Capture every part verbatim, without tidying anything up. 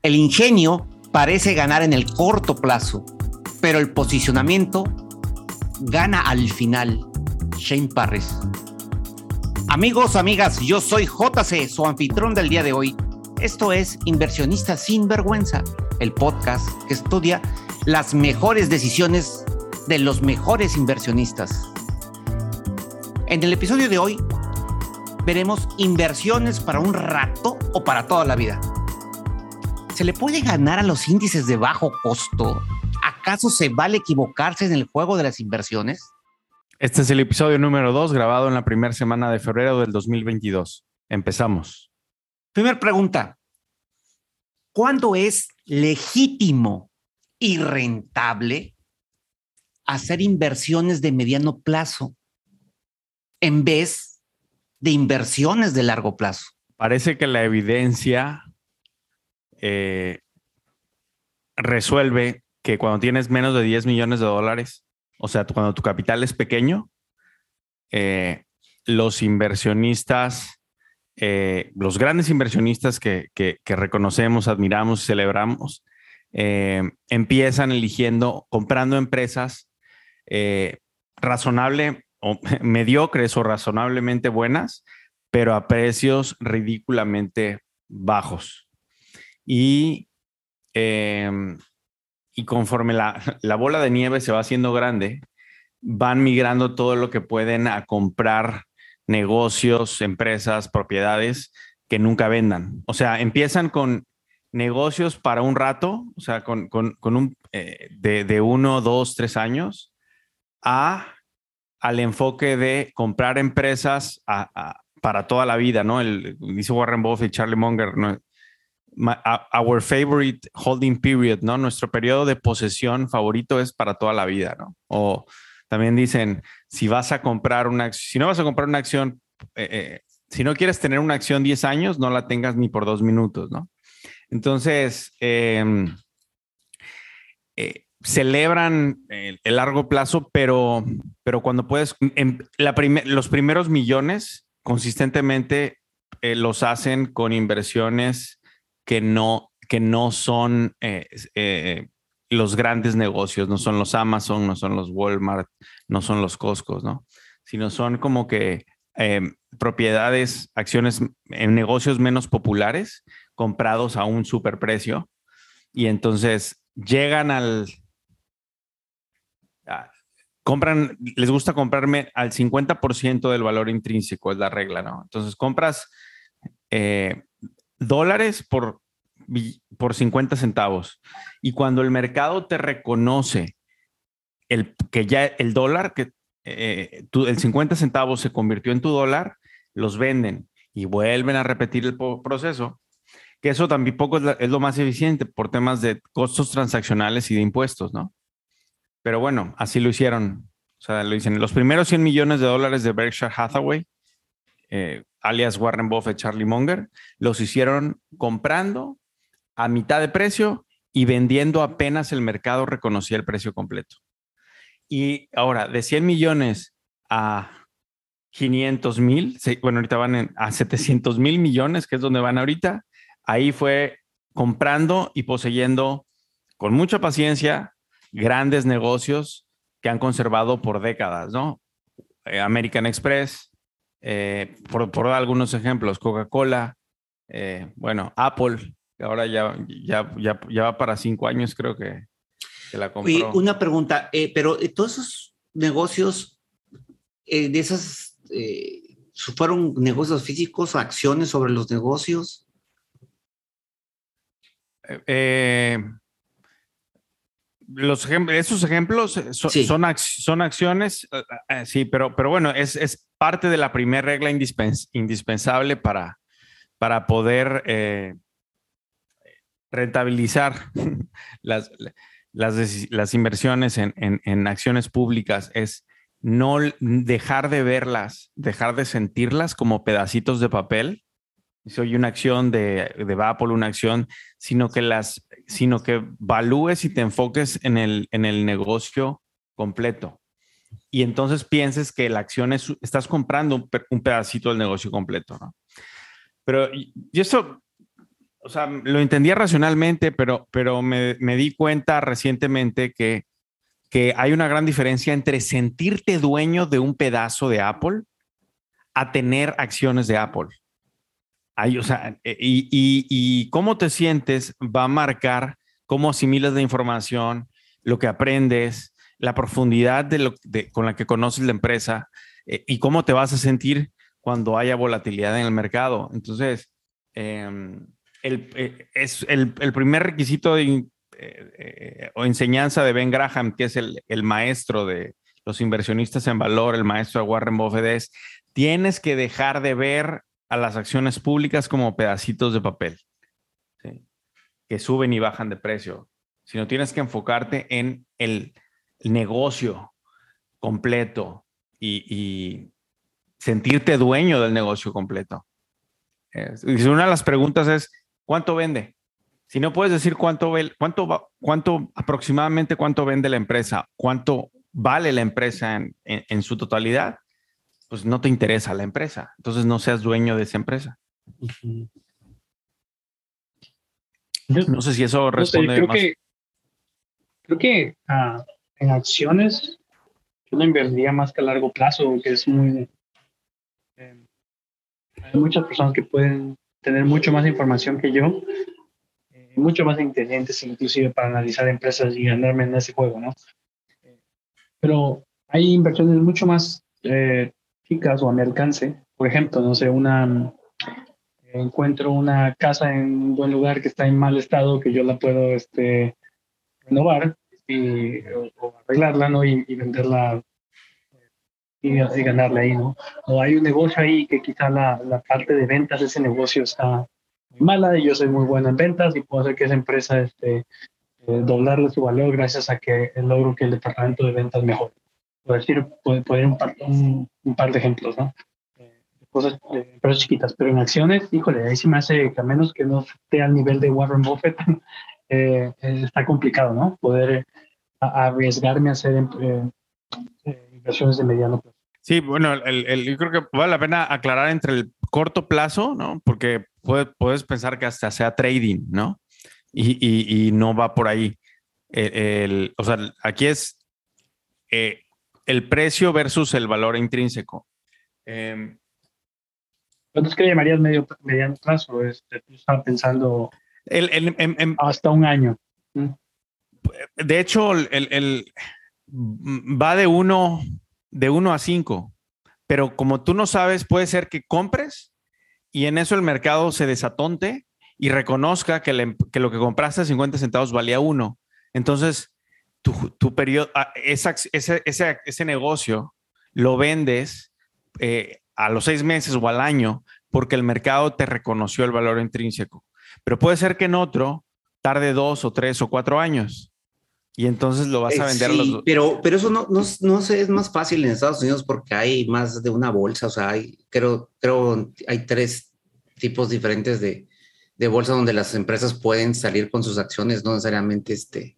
El ingenio parece ganar en el corto plazo, pero el posicionamiento gana al final. Shane Parris. Amigos, amigas, yo soy J C, su anfitrión del día de hoy. Esto es Inversionista Sin Vergüenza, el podcast que estudia las mejores decisiones de los mejores inversionistas. En el episodio de hoy veremos inversiones para un rato o para toda la vida. ¿Se le puede ganar a los índices de bajo costo? ¿Acaso se vale equivocarse en el juego de las inversiones? Este es el episodio número dos, grabado en la primera semana de febrero del dos mil veintidós. Empezamos. Primera pregunta. ¿Cuándo es legítimo y rentable hacer inversiones de mediano plazo en vez de inversiones de largo plazo? Parece que la evidencia eh, resuelve que cuando tienes menos de diez millones de dólares, o sea, cuando tu capital es pequeño, eh, los inversionistas, eh, los grandes inversionistas que, que, que reconocemos, admiramos y celebramos, eh, empiezan eligiendo, comprando empresas eh, razonable o mediocres o razonablemente buenas, pero a precios ridículamente bajos. Y, eh, y conforme la, la bola de nieve se va haciendo grande, van migrando todo lo que pueden a comprar negocios, empresas, propiedades que nunca vendan. O sea, empiezan con negocios para un rato, o sea, con, con, con un eh, de, de uno, dos, tres años, a al enfoque de comprar empresas a, a, para toda la vida, ¿no? El, dice Warren Buffett y Charlie Munger, ¿no? My, our favorite holding period, ¿no? Nuestro periodo de posesión favorito es para toda la vida, ¿no? O también dicen, si vas a comprar una acción, si no vas a comprar una acción, eh, eh, si no quieres tener una acción diez años, no la tengas ni por dos minutos, ¿no? Entonces, eh, eh, celebran el, el largo plazo, pero, pero cuando puedes, en la prim- los primeros millones consistentemente eh, los hacen con inversiones que no, que no son eh, eh, los grandes negocios, no son los Amazon, no son los Walmart, no son los Costco, ¿no? Sino son como que eh, propiedades, acciones en negocios menos populares, comprados a un superprecio, y entonces llegan al... a, compran, les gusta comprarme al cincuenta por ciento del valor intrínseco, es la regla, ¿no? Entonces compras eh, dólares por, por cincuenta centavos. Y cuando el mercado te reconoce el, que ya el dólar, que eh, tu, el cincuenta centavos se convirtió en tu dólar, los venden y vuelven a repetir el proceso, que eso tampoco es, la, es lo más eficiente por temas de costos transaccionales y de impuestos, ¿no? Pero bueno, así lo hicieron. O sea, lo dicen. Los primeros cien millones de dólares de Berkshire Hathaway, eh, alias Warren Buffett, Charlie Munger, los hicieron comprando a mitad de precio y vendiendo apenas el mercado reconocía el precio completo. Y ahora, de cien millones a quinientos mil, bueno, ahorita van en, a setecientos mil millones, que es donde van ahorita, ahí fue comprando y poseyendo con mucha paciencia grandes negocios que han conservado por décadas, ¿no? Eh, American Express, eh, por, por dar algunos ejemplos, Coca-Cola, eh, bueno, Apple, que ahora ya, ya, ya, ya va para cinco años, creo que, que la compró. Oye, una pregunta, eh, pero eh, todos esos negocios, eh, de esas, eh, ¿fueron negocios físicos o acciones sobre los negocios? Eh, Los ejemplos, esos ejemplos son, sí. son, ac son acciones, uh, uh, sí, pero, pero bueno, es, es parte de la primera regla indispens indispensable para, para poder eh, rentabilizar las, las, las inversiones en, en, en acciones públicas, es no dejar de verlas, dejar de sentirlas como pedacitos de papel. Soy una acción de, de Apple, una acción, sino que las, sino que valúes y te enfoques en el, en el negocio completo. Y entonces pienses que la acción es, estás comprando un, un pedacito del negocio completo, ¿no? Pero y eso, o sea, lo entendía racionalmente, pero, pero me, me di cuenta recientemente que, que hay una gran diferencia entre sentirte dueño de un pedazo de Apple a tener acciones de Apple. Hay, o sea, y, y, y cómo te sientes va a marcar cómo asimilas la información, lo que aprendes, la profundidad de lo, de, con la que conoces la empresa eh, y cómo te vas a sentir cuando haya volatilidad en el mercado. Entonces, eh, el, eh, es el, el primer requisito de, eh, eh, o enseñanza de Ben Graham, que es el, el maestro de los inversionistas en valor, el maestro de Warren Buffett, es tienes que dejar de ver a las acciones públicas como pedacitos de papel, ¿sí? Que suben y bajan de precio, sino tienes que enfocarte en el negocio completo y, y sentirte dueño del negocio completo. Es, una de las preguntas es, ¿cuánto vende? Si no puedes decir cuánto, cuánto, cuánto aproximadamente cuánto vende la empresa, cuánto vale la empresa en, en, en su totalidad, pues no te interesa la empresa. Entonces no seas dueño de esa empresa. Uh-huh. No sé si eso responde no sé, creo más. Que, creo que uh, en acciones yo no invertiría más que a largo plazo, que es muy... Eh, hay muchas personas que pueden tener mucho más información que yo, eh, mucho más inteligentes inclusive para analizar empresas y ganarme en ese juego, ¿no? Pero hay inversiones mucho más eh, chicas o a mi alcance. Por ejemplo, no sé, una... encuentro una casa en un buen lugar que está en mal estado, que yo la puedo este, renovar y, o, o arreglarla, ¿no? Y, y venderla y, y ganarle ahí, ¿no? O hay un negocio ahí que quizá la, la parte de ventas de ese negocio está muy mala y yo soy muy bueno en ventas y puedo hacer que esa empresa este, eh, doblarle su valor gracias a que logro que el departamento de ventas mejore. Por decir, puede poner un par, un, un par de ejemplos, ¿no? Cosas, eh, empresas chiquitas, pero en acciones, híjole, ahí sí me hace que a menos que no esté al nivel de Warren Buffett, eh, eh, está complicado, ¿no? Poder eh, a, arriesgarme a hacer eh, eh, inversiones de mediano plazo. Sí, bueno, el, el, yo creo que vale la pena aclarar entre el corto plazo, ¿no? Porque puede, puedes pensar que hasta sea trading, ¿no? Y, y, y no va por ahí. El, el, o sea, aquí es eh, el precio versus el valor intrínseco. Eh, ¿Cuántos que llamarías medio, mediano plazo? Este, yo estaba pensando el, el, el, el, hasta un año. De hecho, el, el, el va de uno, de uno a cinco, pero como tú no sabes, puede ser que compres y en eso el mercado se desatonte y reconozca que, le, que lo que compraste a cincuenta centavos valía uno. Entonces, tu, tu periodo, esa, ese, ese, ese negocio lo vendes eh, a los seis meses o al año porque el mercado te reconoció el valor intrínseco. Pero puede ser que en otro tarde dos o tres o cuatro años. Y entonces lo vas a vender sí, a los... pero, pero eso no, no, no sé, es más fácil en Estados Unidos porque hay más de una bolsa, o sea, hay, creo, creo hay tres tipos diferentes de, de bolsa donde las empresas pueden salir con sus acciones, no necesariamente este,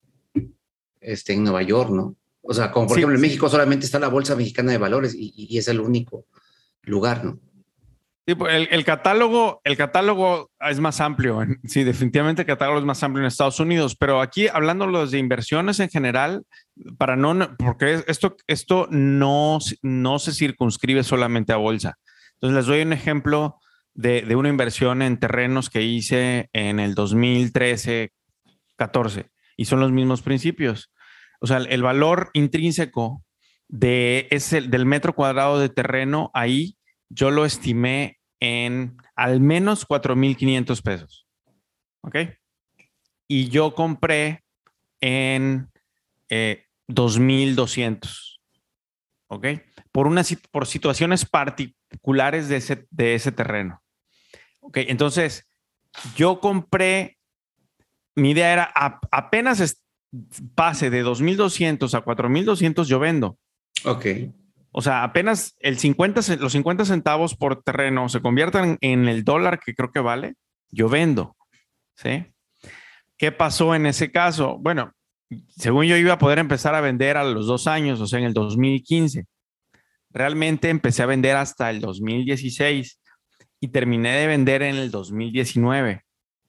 este, en Nueva York, ¿no? O sea, como por sí, ejemplo en sí. México solamente está la Bolsa Mexicana de Valores y, y es el único lugar, ¿no? Sí, el, el, catálogo, el catálogo es más amplio. Sí, definitivamente el catálogo es más amplio en Estados Unidos, pero aquí hablando de inversiones en general, para no, porque esto, esto no, no se circunscribe solamente a bolsa. Entonces les doy un ejemplo de, de una inversión en terrenos que hice en el dos mil trece, catorce y son los mismos principios. O sea, el valor intrínseco de ese, del metro cuadrado de terreno ahí yo lo estimé en al menos cuatro mil quinientos pesos. ¿Ok? Y yo compré en eh, dos mil doscientos. ¿Ok? Por, una, por situaciones particulares de ese, de ese terreno. ¿Ok? Entonces, yo compré, mi idea era a, apenas es, pase de dos mil doscientos a cuatro mil doscientos, yo vendo. Ok. O sea, apenas el cincuenta, los cincuenta centavos por terreno se conviertan en el dólar que creo que vale, yo vendo. ¿Sí? ¿Qué pasó en ese caso? Bueno, según yo iba a poder empezar a vender a los dos años, o sea, en el dos mil quince. Realmente empecé a vender hasta el dos mil dieciséis y terminé de vender en el dos mil diecinueve.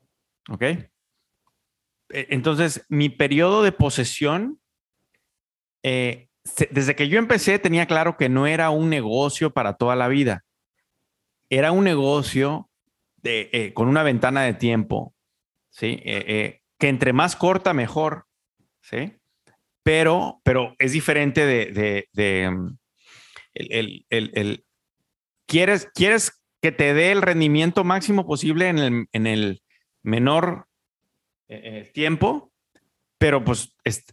¿Ok? Entonces, mi periodo de posesión, eh, desde que yo empecé, tenía claro que no era un negocio para toda la vida. Era un negocio de, eh, con una ventana de tiempo, ¿sí? Eh, eh, que entre más corta, mejor, ¿sí? Pero, pero es diferente de, de, de um, el, el, el, el, ¿quieres, quieres que te dé el rendimiento máximo posible en el, en el menor eh, tiempo, pero pues es,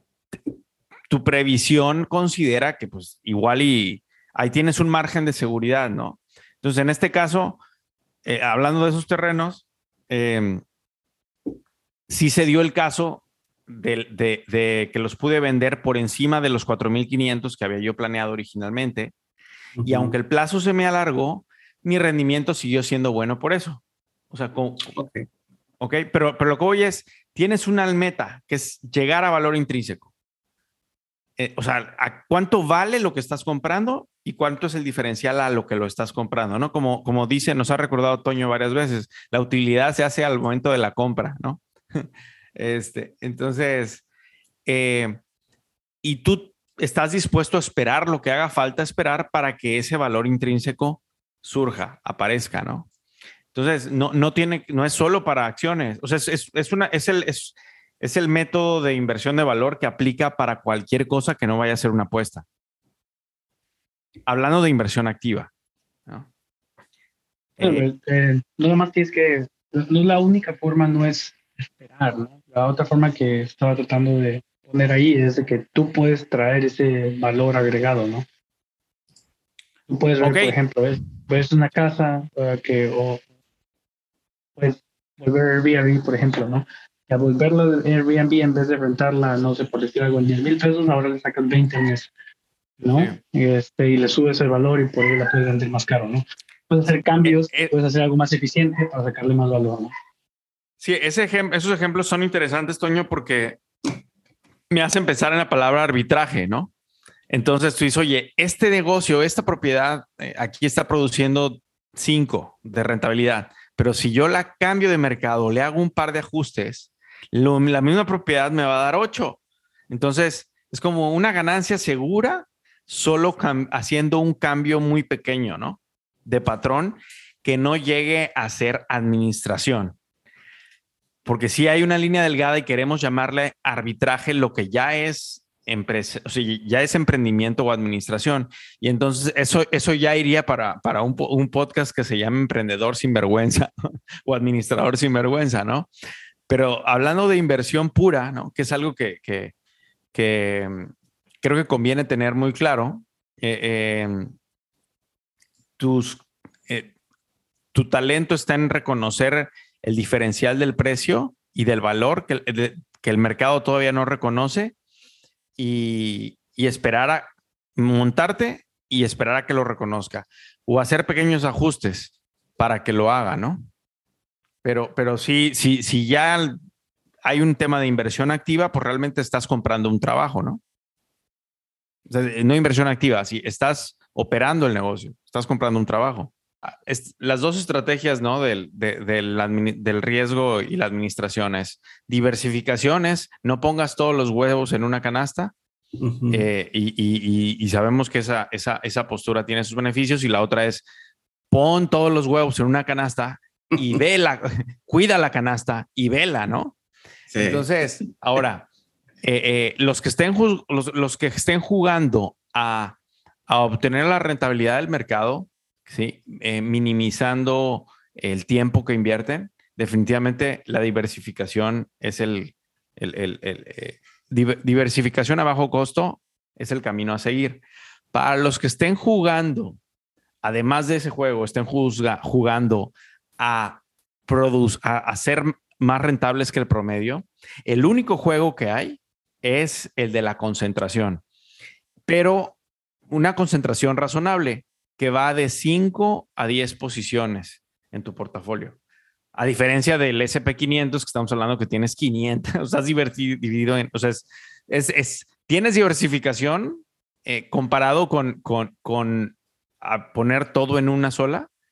tu previsión considera que pues igual y ahí tienes un margen de seguridad, ¿no? Entonces, en este caso, eh, hablando de esos terrenos, eh, sí se dio el caso de, de, de que los pude vender por encima de los cuatro mil quinientos que había yo planeado originalmente. Uh-huh. Y aunque el plazo se me alargó, mi rendimiento siguió siendo bueno por eso. O sea, con, okay. ok, pero, pero lo que voy es, tienes una meta que es llegar a valor intrínseco. Eh, o sea, ¿a cuánto vale lo que estás comprando y cuánto es el diferencial a lo que lo estás comprando? ¿No? Como, como dice, nos ha recordado Toño varias veces, la utilidad se hace al momento de la compra, ¿no? Este, entonces, eh, y tú estás dispuesto a esperar lo que haga falta esperar para que ese valor intrínseco surja, aparezca, ¿no? Entonces, no, no, tiene, no es solo para acciones, o sea, es, es, es, una, es, el, es, es el método de inversión de valor que aplica para cualquier cosa que no vaya a ser una apuesta. Hablando de inversión activa, ¿no? Eh, eh, nada más tienes que, no es la única forma, no es esperar, ¿no? La otra forma que estaba tratando de poner ahí es de que tú puedes traer ese valor agregado, ¿no? Tú puedes ver, okay. por ejemplo, ves, ves una casa uh, que, o puedes volver Airbnb, por ejemplo, ¿no? Y a volverlo de Airbnb, en vez de rentarla, no sé, por decir algo, en diez mil pesos, ahora le sacas veinte en eso, ¿no? Sí. Y, este, y le subes el valor y por ahí la puedes vender más caro, ¿no? Puedes hacer cambios, eh, eh, puedes hacer algo más eficiente para sacarle más valor, ¿no? Sí, ese ejem- esos ejemplos son interesantes, Toño, porque me hacen pensar en la palabra arbitraje, ¿no? Entonces tú dices, oye, este negocio, esta propiedad, eh, aquí está produciendo cinco de rentabilidad, pero si yo la cambio de mercado, le hago un par de ajustes, lo, la misma propiedad me va a dar ocho. Entonces es como una ganancia segura, solo haciendo un cambio muy pequeño, ¿no? De patrón que no llegue a ser administración. Porque sí hay una línea delgada y queremos llamarle arbitraje lo que ya es empresa, o sea, ya es emprendimiento o administración. Y entonces eso, eso ya iría para, para un, un podcast que se llama Emprendedor sin vergüenza o Administrador sin vergüenza, ¿no? Pero hablando de inversión pura, ¿no? Que es algo que, que, que creo que conviene tener muy claro, eh, eh, tus, eh, tu talento está en reconocer el diferencial del precio y del valor que, de, que el mercado todavía no reconoce y, y esperar a montarte y esperar a que lo reconozca o hacer pequeños ajustes para que lo haga, ¿no? Pero, pero sí, sí, si ya hay un tema de inversión activa, pues realmente estás comprando un trabajo, ¿no? O sea, no inversión activa, si estás operando el negocio, estás comprando un trabajo. Es, las dos estrategias, ¿no? Del, de, del, del riesgo y la administración es diversificaciones, no pongas todos los huevos en una canasta. Uh-huh. eh, y, y, y sabemos que esa, esa, esa postura tiene sus beneficios, y la otra es pon todos los huevos en una canasta y vela, cuida la canasta y vela, ¿no? Sí. Entonces, ahora, eh, eh, los, que estén, los, los que estén jugando a, a obtener la rentabilidad del mercado, ¿sí? eh, minimizando el tiempo que invierten, definitivamente la diversificación es el, el, el, el eh, diversificación a bajo costo es el camino a seguir. Para los que estén jugando, además de ese juego, estén juzga, jugando a, produce, a, a ser más rentables que el promedio, el único juego que hay es el de la concentración, pero una concentración razonable que va de cinco a diez posiciones en tu portafolio. A diferencia del ese pe quinientos, que estamos hablando que tienes quinientas, o sea, estás dividido en, o sea, es, es, es tienes diversificación eh, comparado con, con, con a poner todo en una sola,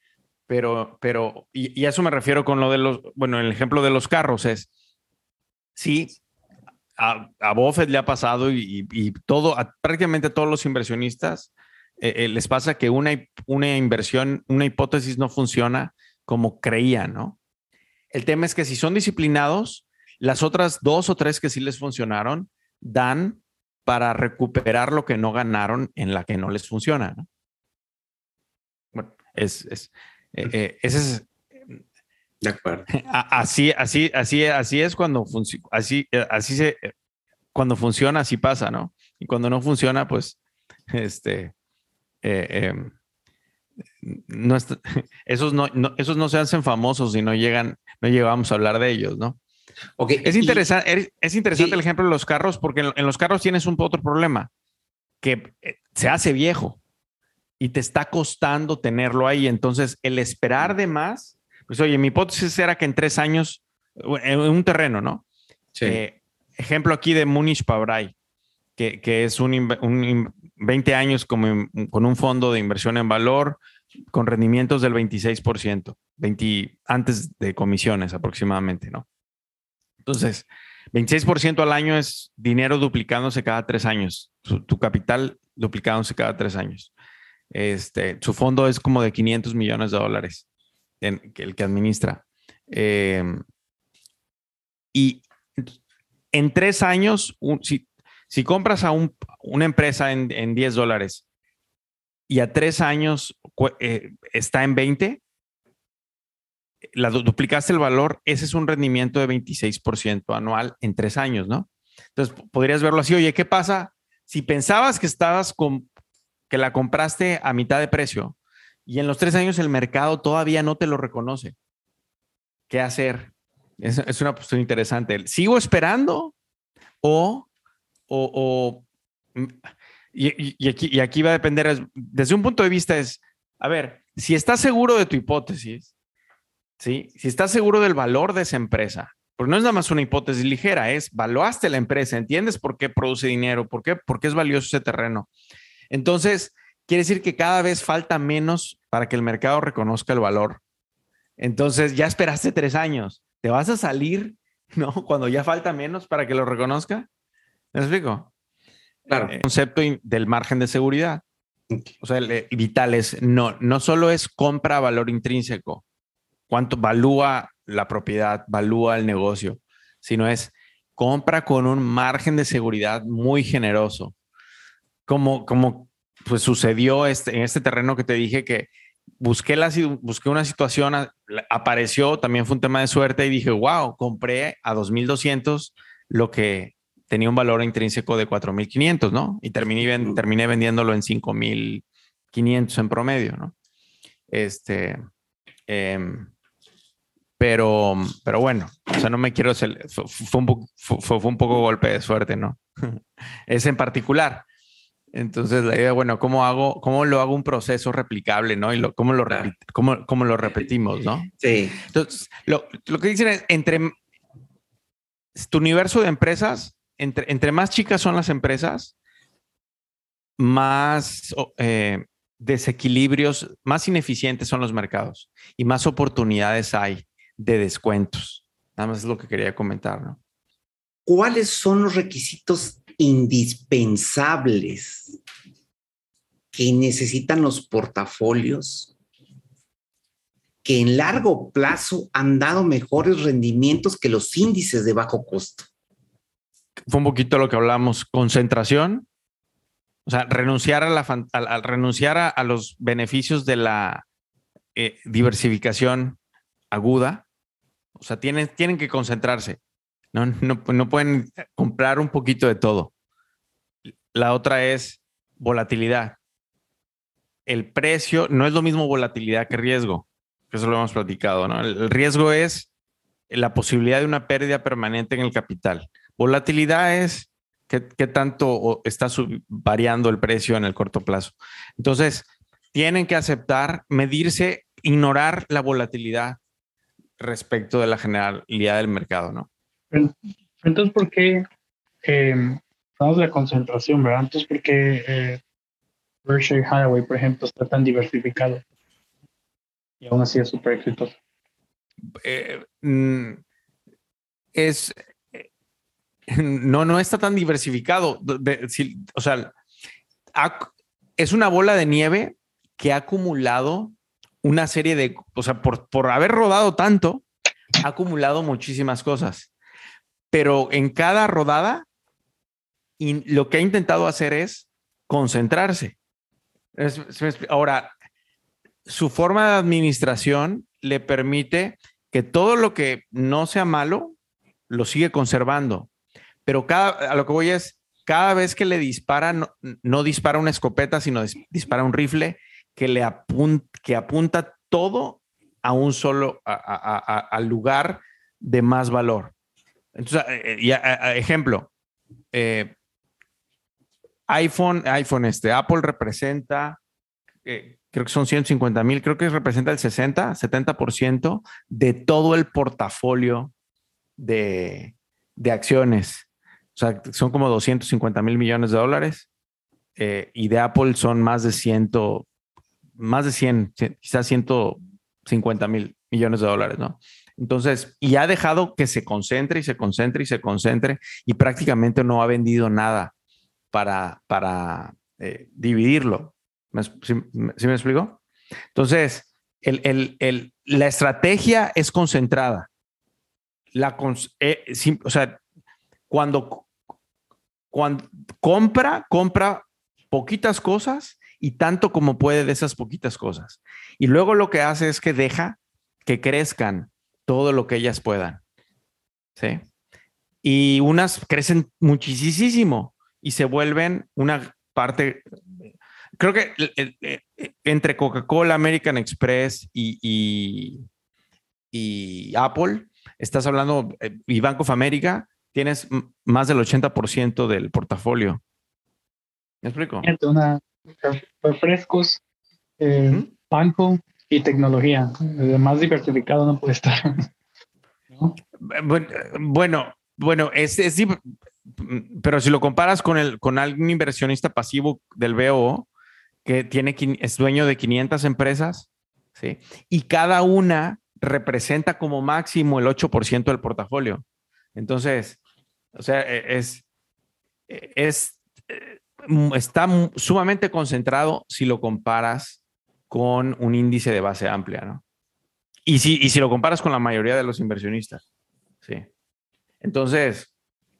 pero, pero, y, y a eso me refiero con lo de los, bueno, el ejemplo de los carros es, sí, a, a Buffett le ha pasado y, y, y todo, a, prácticamente a todos los inversionistas eh, eh, les pasa que una, una inversión, una hipótesis no funciona como creían, ¿no? El tema es que si son disciplinados, las otras dos o tres que sí les funcionaron dan para recuperar lo que no ganaron en la que no les funciona, ¿no? Bueno, es, es, eh, eh, ese es. De acuerdo. Así, así, así, así es cuando funciona, así, así se, cuando funciona, así pasa, ¿no? Y cuando no funciona, pues, este, eh, eh, no está, esos no, no, esos no se hacen famosos y no llegan, no llegamos a hablar de ellos, ¿no? Okay. Es interesante, es interesante sí. el ejemplo de los carros, porque en, en los carros tienes un otro problema, que se hace viejo y te está costando tenerlo ahí. Entonces, el esperar de más, pues oye, mi hipótesis era que en tres años, en un terreno, ¿no? Sí. Eh, ejemplo aquí de Munich Pabrai, que, que es un, un veinte años como, con un fondo de inversión en valor, con rendimientos del veintiséis por ciento, veinte, antes de comisiones aproximadamente, ¿no? Entonces, veintiséis por ciento al año es dinero duplicándose cada tres años, su, tu capital duplicándose cada tres años. Este, su fondo es como de quinientos millones de dólares, en, el que administra. Eh, y en tres años, un, si, si compras a un, una empresa en, en diez dólares y a tres años eh, está en veinte, la duplicaste el valor, ese es un rendimiento de veintiséis por ciento anual en tres años, ¿no? Entonces podrías verlo así, oye, ¿qué pasa si pensabas que estabas con, que la compraste a mitad de precio y en los tres años el mercado todavía no te lo reconoce? ¿Qué hacer? Es, es una postura interesante. ¿Sigo esperando o, o, o y, y, aquí, y aquí va a depender, desde un punto de vista es, a ver, si estás seguro de tu hipótesis, ¿sí? Si estás seguro del valor de esa empresa, porque no es nada más una hipótesis ligera, es valuaste la empresa, entiendes por qué produce dinero, por qué, por qué es valioso ese terreno. Entonces, quiere decir que cada vez falta menos para que el mercado reconozca el valor. Entonces, ya esperaste tres años, ¿te vas a salir, no? Cuando ya falta menos para que lo reconozca. ¿Me explico? Claro. El concepto del margen de seguridad. O sea, el vital es, no, no solo es compra a valor intrínseco, cuánto valúa la propiedad, valúa el negocio, sino es compra con un margen de seguridad muy generoso. Como, como pues sucedió este, en este terreno que te dije que busqué, la, busqué una situación, apareció, también fue un tema de suerte y dije, wow, compré a dos mil doscientos lo que tenía un valor intrínseco de cuatro mil quinientos, ¿no? Y terminé, terminé vendiéndolo en cinco mil quinientos en promedio, ¿no? Este... Eh, Pero, pero bueno, o sea, no me quiero hacer, fue, fue, un, poco, fue, fue un poco golpe de suerte, ¿no? Es en particular. Entonces, la idea, bueno, ¿cómo hago, cómo lo hago un proceso replicable, ¿no? Y lo, cómo, lo Claro. cómo, cómo lo repetimos, ¿no? Sí. Entonces, lo, lo que dicen es, entre tu universo de empresas, entre, entre más chicas son las empresas, más eh, desequilibrios, más ineficientes son los mercados y más oportunidades hay de descuentos. Nada más es lo que quería comentar, ¿no? ¿Cuáles son los requisitos indispensables que necesitan los portafolios que en largo plazo han dado mejores rendimientos que los índices de bajo costo? Fue un poquito lo que hablamos, concentración, o sea, renunciar a, la, a, a renunciar a, a los beneficios de la eh, diversificación aguda. O sea, tienen, tienen que concentrarse. No, no, no pueden comprar un poquito de todo. La otra es volatilidad. El precio no es lo mismo volatilidad que riesgo. Eso lo hemos platicado, ¿no? El, el riesgo es la posibilidad de una pérdida permanente en el capital. Volatilidad es qué, qué tanto está sub, variando el precio en el corto plazo. Entonces, tienen que aceptar, medirse, ignorar la volatilidad respecto de la generalidad del mercado, ¿no? Entonces, ¿por qué eh, hablamos de la concentración, ¿verdad? Entonces, ¿por qué eh, Berkshire Hathaway, por ejemplo, está tan diversificado? y aún así es súper exitoso. Eh, mm, es no, no está tan diversificado. De, de, si, o sea, ha, es una bola de nieve que ha acumulado una serie de, o sea, por, por haber rodado tanto, ha acumulado muchísimas cosas. Pero en cada rodada, y lo que ha intentado hacer es concentrarse. Es, ahora, su forma de administración le permite que todo lo que no sea malo lo sigue conservando. Pero cada, a lo que voy es, cada vez que le dispara, no, no dispara una escopeta, sino dispara un rifle que le apunta, que apunta todo a un solo, a, a, a, al lugar de más valor. Entonces, y a, a, ejemplo, eh, iPhone, iPhone, este, Apple representa, eh, creo que son ciento cincuenta mil, creo que representa el sesenta, setenta por ciento de todo el portafolio de, de acciones. O sea, son como doscientos cincuenta mil millones de dólares eh, y de Apple son más de cien, más de cien, quizás ciento cincuenta mil millones de dólares, ¿no? Entonces, y ha dejado que se concentre y se concentre y se concentre y prácticamente no ha vendido nada para, para eh, dividirlo. ¿Sí, ¿Sí me explico? Entonces, el, el, el, la estrategia es concentrada. La, eh, sí, o sea, cuando, cuando compra, compra poquitas cosas y tanto como puede de esas poquitas cosas. Y luego lo que hace es que deja que crezcan todo lo que ellas puedan. ¿Sí? Y unas crecen muchísimo y se vuelven una parte. Creo que eh, eh, entre Coca-Cola, American Express y, y, y Apple, estás hablando, eh, y Bank of America, tienes más del ochenta por ciento del portafolio. ¿Me explico? Una, refrescos, eh, ¿Mm? Banco y tecnología. El más diversificado no puede estar. ¿No? Bueno, bueno, bueno es, es, pero si lo comparas con, el, con algún inversionista pasivo del B O O, que tiene, es dueño de quinientas empresas, ¿sí? Y cada una representa como máximo el ocho por ciento del portafolio. Entonces, o sea, es, es, está sumamente concentrado si lo comparas con un índice de base amplia, ¿no? Y si, y si lo comparas con la mayoría de los inversionistas, ¿sí? Entonces,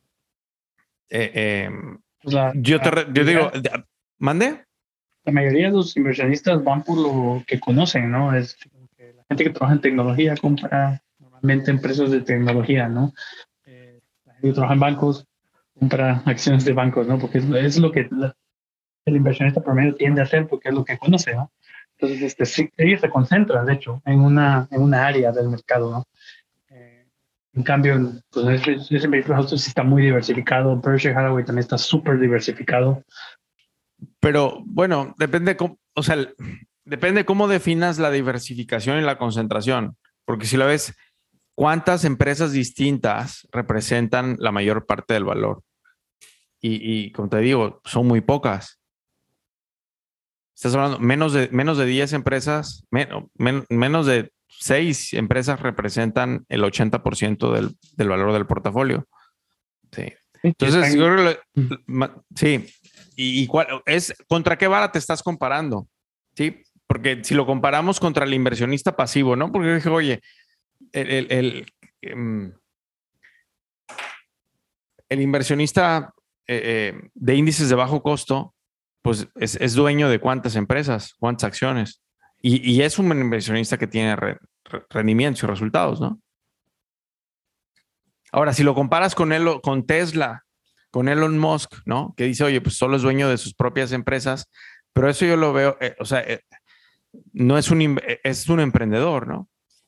eh, eh, la, yo te la, yo digo, ¿mande? La mayoría de los inversionistas van por lo que conocen, ¿no? Es que la gente que trabaja en tecnología compra normalmente empresas de tecnología, ¿no? Eh, la gente que trabaja en bancos compra acciones de bancos, ¿no? Porque es, es lo que la, el inversionista promedio tiende a hacer porque es lo que conoce, ¿no? Entonces, este, sí, ellos se concentran, de hecho, en una, en una área del mercado, ¿no? Eh, en cambio, pues ese, ese vehículo auto sí está muy diversificado. Berkshire Hathaway también está súper diversificado. Pero bueno, depende cómo, o sea, depende cómo definas la diversificación y la concentración. Porque si la ves, ¿cuántas empresas distintas representan la mayor parte del valor? Y, y como te digo, son muy pocas. Estás hablando menos de menos de diez empresas, men, men, menos de seis empresas representan el ochenta por ciento del, del valor del portafolio. Sí. Entonces, yo creo que, sí. ¿Y, y cuál es contra qué vara te estás comparando? Sí, porque si lo comparamos contra el inversionista pasivo, ¿no? Porque dije, oye, el, el, el, el, el inversionista eh, eh, de índices de bajo costo, pues es, es dueño de cuántas empresas, cuántas acciones. Y, y es un inversionista que tiene re, re, rendimientos y resultados, ¿no? Ahora, si lo comparas con, él, con Tesla, con Elon Musk, ¿no? Que dice, oye, pues solo es dueño de sus propias empresas, pero eso yo lo veo, eh, o sea, eh, no es un, es un emprendedor, ¿no?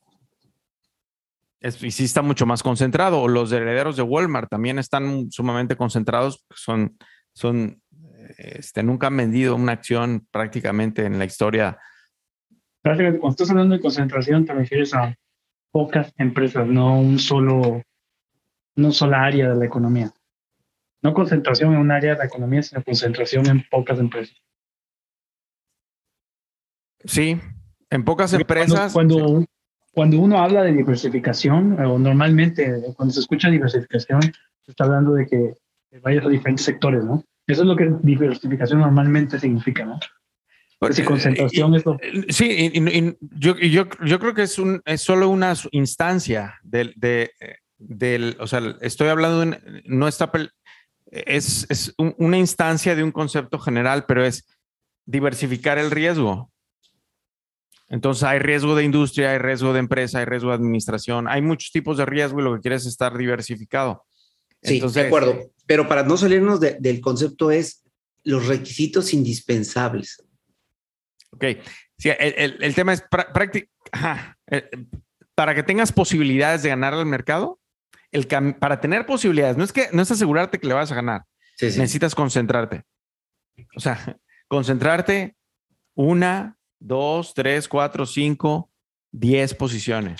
Es, y sí está mucho más concentrado. O los herederos de Walmart también están sumamente concentrados, son, son, este, nunca han vendido una acción prácticamente en la historia. Prácticamente, cuando estás hablando de concentración, te refieres a pocas empresas, no un solo, no sola área de la economía. No concentración en un área de la economía, sino concentración en pocas empresas. Sí, En pocas empresas... Cuando, cuando, sí. cuando uno habla de diversificación, o normalmente cuando se escucha diversificación, se está hablando de que vayas a diferentes sectores, ¿no? Eso es lo que diversificación normalmente significa, ¿no? Pues si concentración y, es lo... Sí, y, y, y yo, yo, yo creo que es, un, es solo una instancia del, de, del, o sea, estoy hablando de, un, no está, es, es un, una instancia de un concepto general, pero es diversificar el riesgo. Entonces hay riesgo de industria, hay riesgo de empresa, hay riesgo de administración, hay muchos tipos de riesgo y lo que quieres es estar diversificado. Sí, Entonces, de acuerdo. Pero para no salirnos de, del concepto es los requisitos indispensables. Ok. Sí, el, el, el tema es práctico. Para que tengas posibilidades de ganar al mercado, el para tener posibilidades, no es que no es asegurarte que le vas a ganar. Sí, sí. Necesitas concentrarte. O sea, concentrarte una, dos, tres, cuatro, cinco, diez posiciones.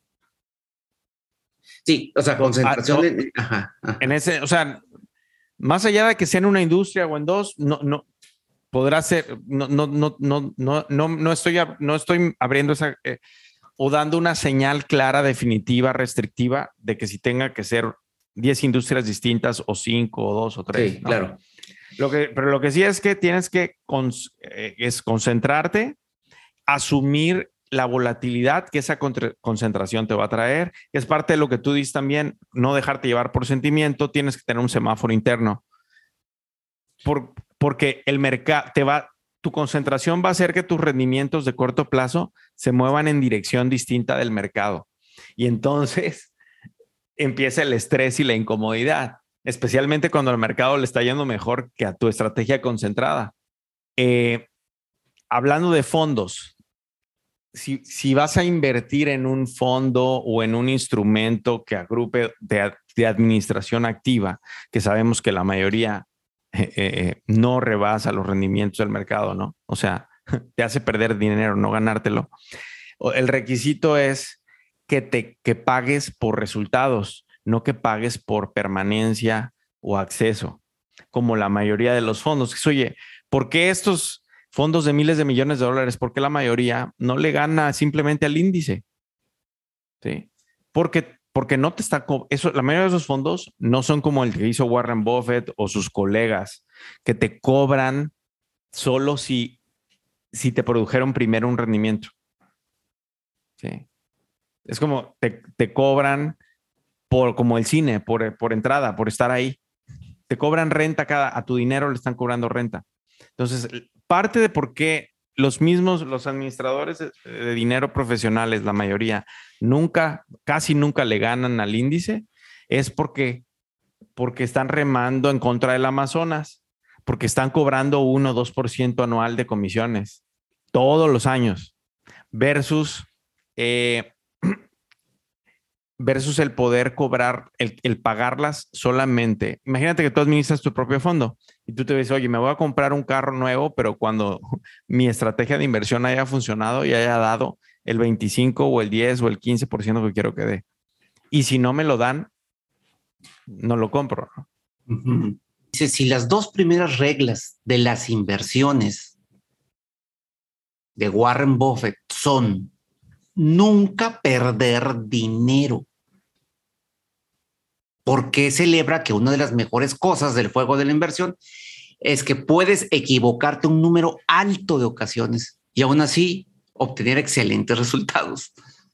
Sí, o sea, concentración. En, ajá, ajá. en ese, o sea, más allá de que sea en una industria o en dos, no, no podrá ser, no, no, no, no, no, no, no estoy, no estoy abriendo esa eh, o dando una señal clara, definitiva, restrictiva de que si tenga que ser diez industrias distintas o cinco o dos o tres. Sí, ¿no? Claro. Lo que, pero lo que sí es que tienes que con, eh, es concentrarte, asumir la volatilidad que esa concentración te va a traer. Es parte de lo que tú dices también, no dejarte llevar por sentimiento, tienes que tener un semáforo interno. Por, porque el mercado te va, tu concentración va a hacer que tus rendimientos de corto plazo se muevan en dirección distinta del mercado. Y entonces empieza el estrés y la incomodidad, especialmente cuando el mercado le está yendo mejor que a tu estrategia concentrada. Eh, hablando de fondos, si, si vas a invertir en un fondo o en un instrumento que agrupe de, de administración activa, que sabemos que la mayoría eh, eh, no rebasa los rendimientos del mercado, ¿no? O sea, te hace perder dinero, no ganártelo. El requisito es que, te, que pagues por resultados, no que pagues por permanencia o acceso, como la mayoría de los fondos. Oye, ¿por qué estos fondos de miles de millones de dólares, por qué la mayoría no le gana simplemente al índice? ¿Sí? Porque, porque no te está... Eso, la mayoría de esos fondos no son como el que hizo Warren Buffett o sus colegas, que te cobran solo si, si te produjeron primero un rendimiento. Sí. Es como te, te cobran por, como el cine, por, por entrada, por estar ahí. Te cobran renta cada, a tu dinero le están cobrando renta. Entonces, parte de por qué los mismos, los administradores de, de dinero profesionales, la mayoría, nunca, casi nunca le ganan al índice, es porque, porque están remando en contra del Amazonas, porque están cobrando uno o dos por ciento anual de comisiones todos los años, versus... Eh, versus el poder cobrar, el, el pagarlas solamente. Imagínate que tú administras tu propio fondo y tú te dices, oye, me voy a comprar un carro nuevo, pero cuando mi estrategia de inversión haya funcionado y haya dado el veinticinco o el diez o el quince por ciento que quiero que dé. Y si no me lo dan, no lo compro. Uh-huh. Dice, si las dos primeras reglas de las inversiones de Warren Buffett son nunca perder dinero, porque celebra que una de las mejores cosas del juego de la inversión es que puedes equivocarte un número alto de ocasiones y aún así obtener excelentes resultados.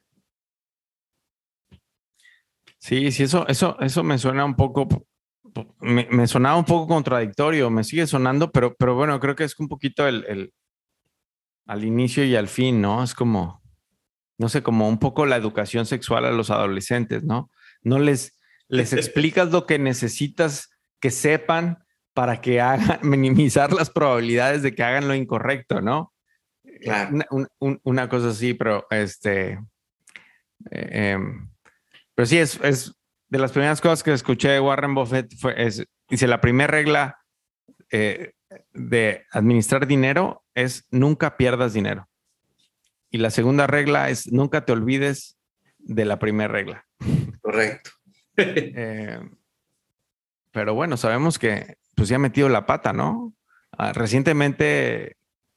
Sí, sí, eso, eso, eso me suena un poco, me, me sonaba un poco contradictorio, me sigue sonando, pero, pero bueno, creo que es un poquito el, el al inicio y al fin, ¿no? Es como, no sé, como un poco la educación sexual a los adolescentes, ¿no? No les, les explicas lo que necesitas que sepan para que hagan, minimizar las probabilidades de que hagan lo incorrecto, ¿no? Claro. Una, un, una cosa así, pero este, eh, eh, pero sí, es, es de las primeras cosas que escuché de Warren Buffett, fue, es, dice, la primera regla eh, de administrar dinero es nunca pierdas dinero. Y la segunda regla es nunca te olvides de la primera regla. Correcto. eh, pero bueno, sabemos que pues ya ha metido la pata, ¿no? Ah, recientemente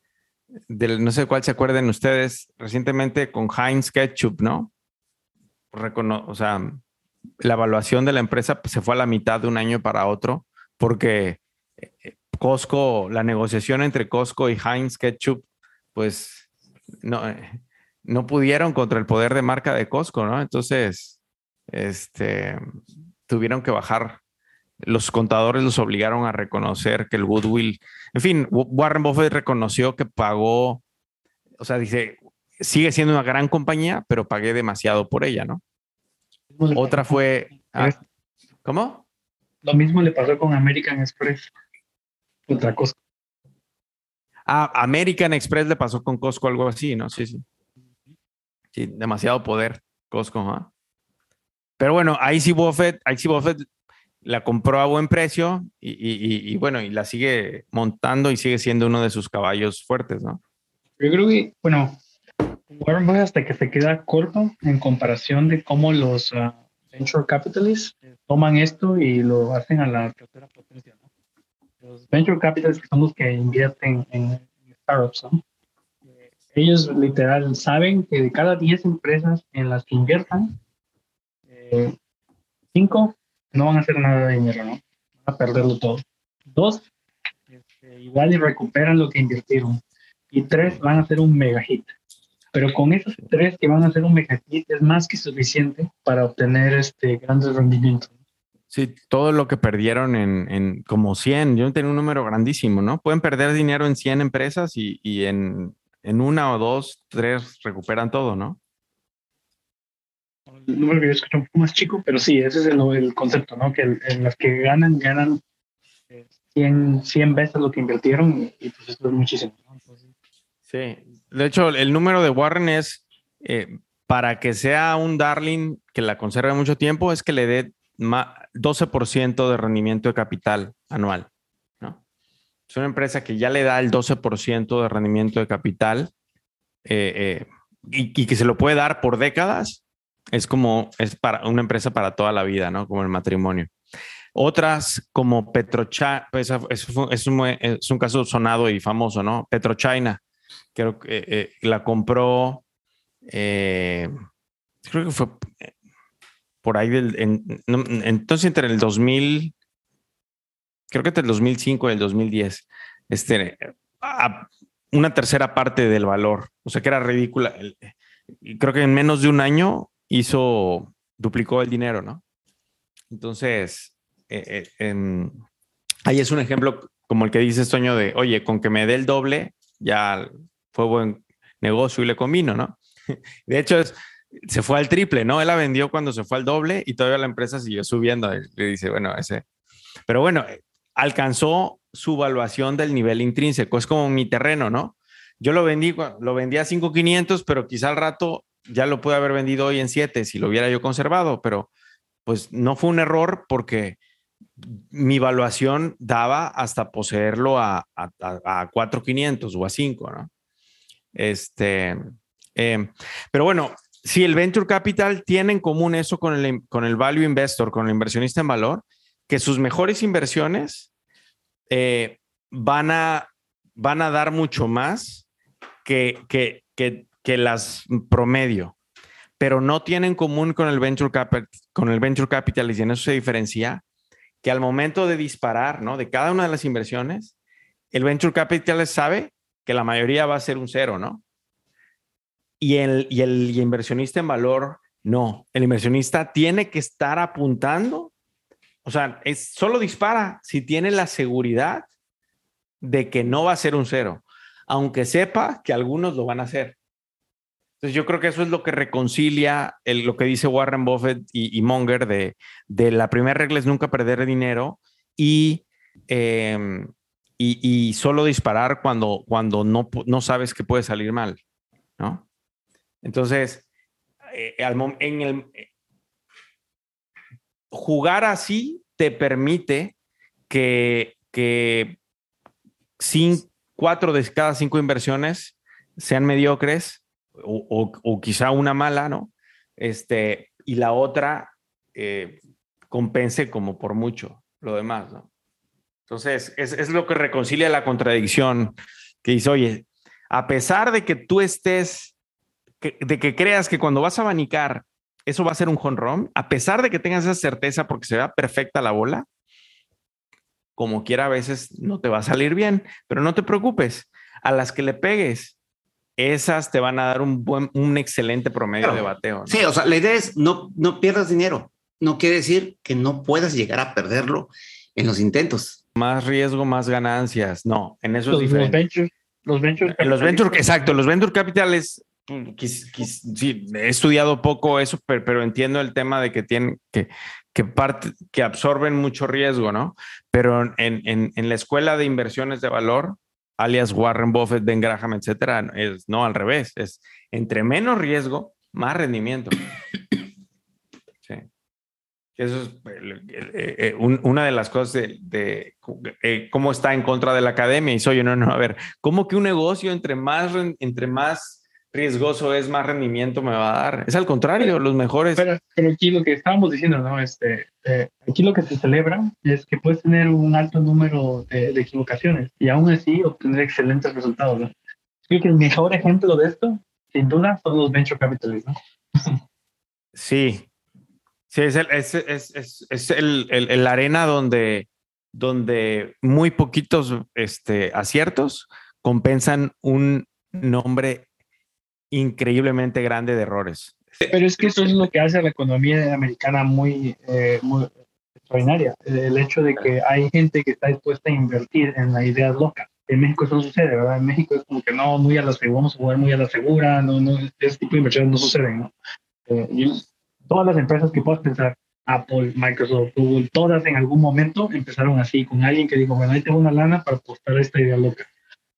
del, no sé cuál se acuerden ustedes, recientemente con Heinz Ketchup, ¿no? Recono- o sea, la evaluación de la empresa pues, se fue a la mitad de un año para otro porque Costco, la negociación entre Costco y Heinz Ketchup, pues no, no pudieron contra el poder de marca de Costco, ¿no? Entonces, este, tuvieron que bajar. Los contadores los obligaron a reconocer que el goodwill, en fin, Warren Buffett reconoció que pagó, o sea, dice, sigue siendo una gran compañía, pero pagué demasiado por ella, ¿no? Otra fue, ah, ¿cómo? Lo mismo le pasó con American Express. Otra cosa. Ah, American Express le pasó con Costco algo así, ¿no? Sí, sí. Sí, demasiado poder, Costco, ¿ah? Pero bueno, ahí sí Buffett, ahí sí Buffett la compró a buen precio y, y, y, bueno, y la sigue montando y sigue siendo uno de sus caballos fuertes, ¿no? Yo creo que, bueno, Warren Buffett hasta que se queda corto en comparación de cómo los uh, venture capitalists eh, toman esto y lo hacen a la tercera potencia, ¿no? Los venture capitalists que son los que invierten en, en startups, ¿no? Eh, ellos literal saben que de cada diez empresas en las que inviertan, eh, cinco no van a hacer nada de dinero, ¿no? Van a perderlo todo. Dos, este, igual y recuperan lo que invirtieron. Y tres, van a hacer un mega hit. Pero con esos tres que van a hacer un mega hit es más que suficiente para obtener este, grandes rendimientos. Sí, todo lo que perdieron en, en como cien, yo tenía un número grandísimo, ¿no? Pueden perder dinero en cien empresas y, y en, en una o dos, tres recuperan todo, ¿no? El número que yo escucho un poco más chico, pero sí, ese es el, el concepto, ¿no? Que el, en las que ganan, ganan eh, cien, cien veces lo que invirtieron y, y pues esto es muchísimo, ¿no? Entonces, sí, de hecho, el número de Warren es, eh, para que sea un darling que la conserve mucho tiempo, es que le dé doce por ciento de rendimiento de capital anual, ¿no? Es una empresa que ya le da el doce por ciento de rendimiento de capital eh, eh, y, y que se lo puede dar por décadas. Es como, es para una empresa para toda la vida, ¿no? Como el matrimonio. Otras como PetroChina, pues es, es, un, es un caso sonado y famoso, ¿no? PetroChina, creo que eh, la compró, eh, creo que fue por ahí del, en, no, entonces entre el dos mil, creo que entre el dos mil cinco y el dos mil diez, este, a una tercera parte del valor, o sea que era ridícula. Y creo que en menos de un año hizo, duplicó el dinero, ¿no? Entonces, eh, eh, eh, ahí es un ejemplo como el que dices, Toño, de, oye, con que me dé el doble, ya fue buen negocio y le convino, ¿no? De hecho, es, se fue al triple, ¿no? Él la vendió cuando se fue al doble y todavía la empresa siguió subiendo. Le dice, bueno, ese. Pero bueno, alcanzó su valuación del nivel intrínseco. Es como mi terreno, ¿no? Yo lo vendí, lo vendí a cinco mil quinientos, pero quizá al rato ya lo pude haber vendido hoy en siete si lo hubiera yo conservado, pero pues no fue un error porque mi valuación daba hasta poseerlo a, a, a cuatro mil quinientos o a cinco, ¿no? Este, eh, pero bueno, si el Venture Capital tiene en común eso con el, con el Value Investor, con el inversionista en valor, que sus mejores inversiones eh, van, a, van a dar mucho más que, que, que, que las promedio, pero no tienen en común con el Venture Capital, con el Venture Capital, y en eso se diferencia, que al momento de disparar, ¿no? De cada una de las inversiones, el Venture Capital sabe que la mayoría va a ser un cero, ¿no? Y el, y el y inversionista en valor, no. El inversionista tiene que estar apuntando, o sea, es, solo dispara si tiene la seguridad de que no va a ser un cero, aunque sepa que algunos lo van a hacer. Entonces yo creo que eso es lo que reconcilia el, lo que dice Warren Buffett y, y Munger de, de la primera regla es nunca perder dinero y, eh, y, y solo disparar cuando, cuando no, no sabes que puede salir mal, ¿no? Entonces, eh, en el, jugar así te permite que, que cinco, cuatro de cada cinco inversiones sean mediocres o, o, o quizá una mala, ¿no? Este, y la otra eh, compense como por mucho lo demás, ¿no? Entonces, es, es lo que reconcilia la contradicción que dice, oye, A pesar de que tú estés, que, de que creas que cuando vas a abanicar, eso va a ser un home run, a pesar de que tengas esa certeza porque se vea perfecta la bola, como quiera a veces no te va a salir bien, pero no te preocupes. A las que le pegues, esas te van a dar un buen, un excelente promedio claro. de bateo, ¿no? Sí, o sea, la idea es no, no pierdas dinero. No quiere decir que no puedas llegar a perderlo en los intentos. Más riesgo, más ganancias. No, en eso los, es diferente. Los ventures, los ventures en los venture, exacto, los venture capitales, quis, quis, sí, he estudiado poco eso, pero, pero entiendo el tema de que tienen que, que, parte, que absorben mucho riesgo, ¿no? Pero en, en, en la escuela de inversiones de valor, alias Warren Buffett, Ben Graham, etcétera, es no al revés, es entre menos riesgo, más rendimiento. Sí. Eso es eh, eh, un, una de las cosas de, de eh, cómo está en contra de la academia. Y soy, no, no, a ver, ¿cómo que un negocio entre más, entre más riesgoso es, más rendimiento me va a dar? Es al contrario, pero, los mejores. Pero, pero aquí lo que estábamos diciendo, ¿no? Este, eh, aquí lo que se celebra es que puedes tener un alto número de, de equivocaciones y aún así obtener excelentes resultados, ¿no? Creo que el mejor ejemplo de esto, sin duda, son los venture capitalists, ¿no? Sí. Sí, es, el, es, es, es, es el, el, el arena donde, donde muy poquitos este, aciertos compensan un nombre increíblemente grande de errores. Pero es que eso es lo que hace a la economía americana muy, eh, muy extraordinaria. El hecho de que hay gente que está dispuesta a invertir en la idea loca. En México eso no sucede, ¿verdad? En México es como que no, muy a la segura, vamos a jugar muy a la segura, no, no, ese tipo de inversiones no suceden, ¿no? Eh, y, Todas las empresas que puedas pensar, Apple, Microsoft, Google, todas en algún momento empezaron así, con alguien que dijo, bueno, ahí tengo una lana para apostar a esta idea loca.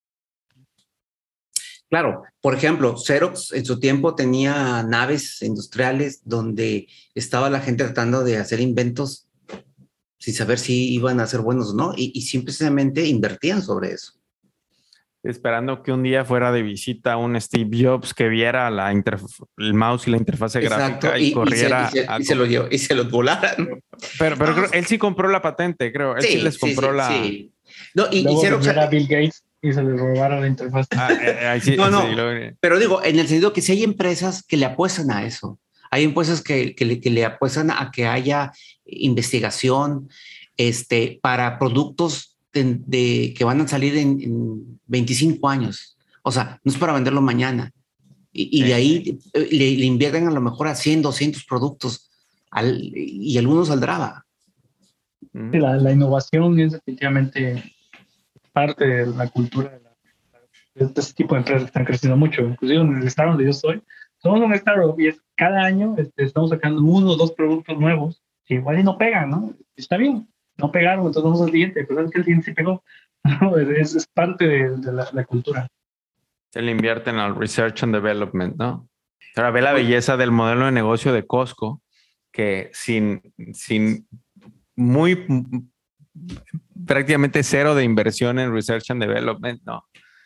Claro, por ejemplo, Xerox en su tiempo tenía naves industriales donde estaba la gente tratando de hacer inventos sin saber si iban a ser buenos o no, y, y simplemente invertían sobre eso. Esperando que un día fuera de visita un Steve Jobs que viera la el mouse y la interfase Exacto, gráfica y, y corriera. Y se, y se, y se lo dio, y se lo volara, ¿no? Pero, pero creo, él sí compró la patente, creo. Él sí, sí les compró sí, sí, la. Sí. No, y, Luego y Xerox era Bill Gates y se le robara la interfaz. Ah, eh, sí, no, no. Sí, lo... Pero digo, en el sentido que si hay empresas que le apuestan a eso, hay empresas que, que, le, que le apuestan a que haya investigación este, para productos de, de, que van a salir en, en veinticinco años. O sea, no es para venderlo mañana. Y, y sí. de ahí le, le invierten a lo mejor a cien, doscientos productos al, y alguno saldrá. Sí, la, la innovación es definitivamente parte de la cultura de, la, de este tipo de empresas que están creciendo mucho. Inclusive en el estado donde yo estoy, somos un startup y es, cada año este, estamos sacando uno o dos productos nuevos que igual y no pegan, ¿no? Está bien, no pegaron, entonces vamos al siguiente, pero es que el siguiente sí pegó. ¿No? Es, es parte de, de la, la cultura. Se le invierten al research and development, ¿no? Ahora ve la belleza del modelo de negocio de Costco, que sin, sin muy prácticamente cero de inversión en research and development, ¿no?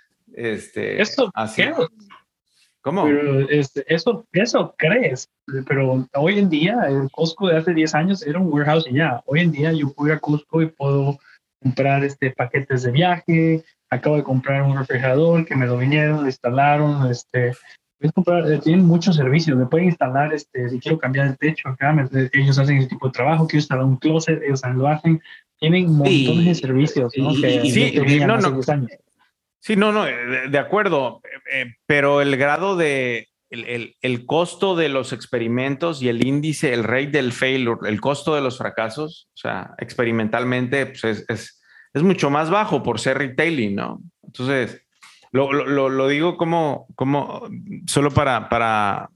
Este, eso así. ¿qué? ¿Cómo? Pero este, eso, eso crees, pero hoy en día el Costco de hace diez años era un warehouse y ya. Hoy en día yo puedo ir a Costco y puedo comprar este, paquetes de viaje, acabo de comprar un refrigerador que me lo vinieron, lo instalaron, este, puedes comprar, eh, tienen muchos servicios, me pueden instalar, este, si quiero cambiar el techo acá, me, ellos hacen ese tipo de trabajo, quiero instalar un closet, ellos también lo hacen, tienen montones y, de servicios, ¿no? Y, que sí, tenían no, hace no. diez años. Sí, no, no, de, de acuerdo, eh, pero el grado de, el, el, el costo de los experimentos y el índice, el rate del failure, el costo de los fracasos, o sea, experimentalmente, pues es, es, es mucho más bajo por ser retailing, ¿no? Entonces, lo, lo, lo digo como, como solo para, para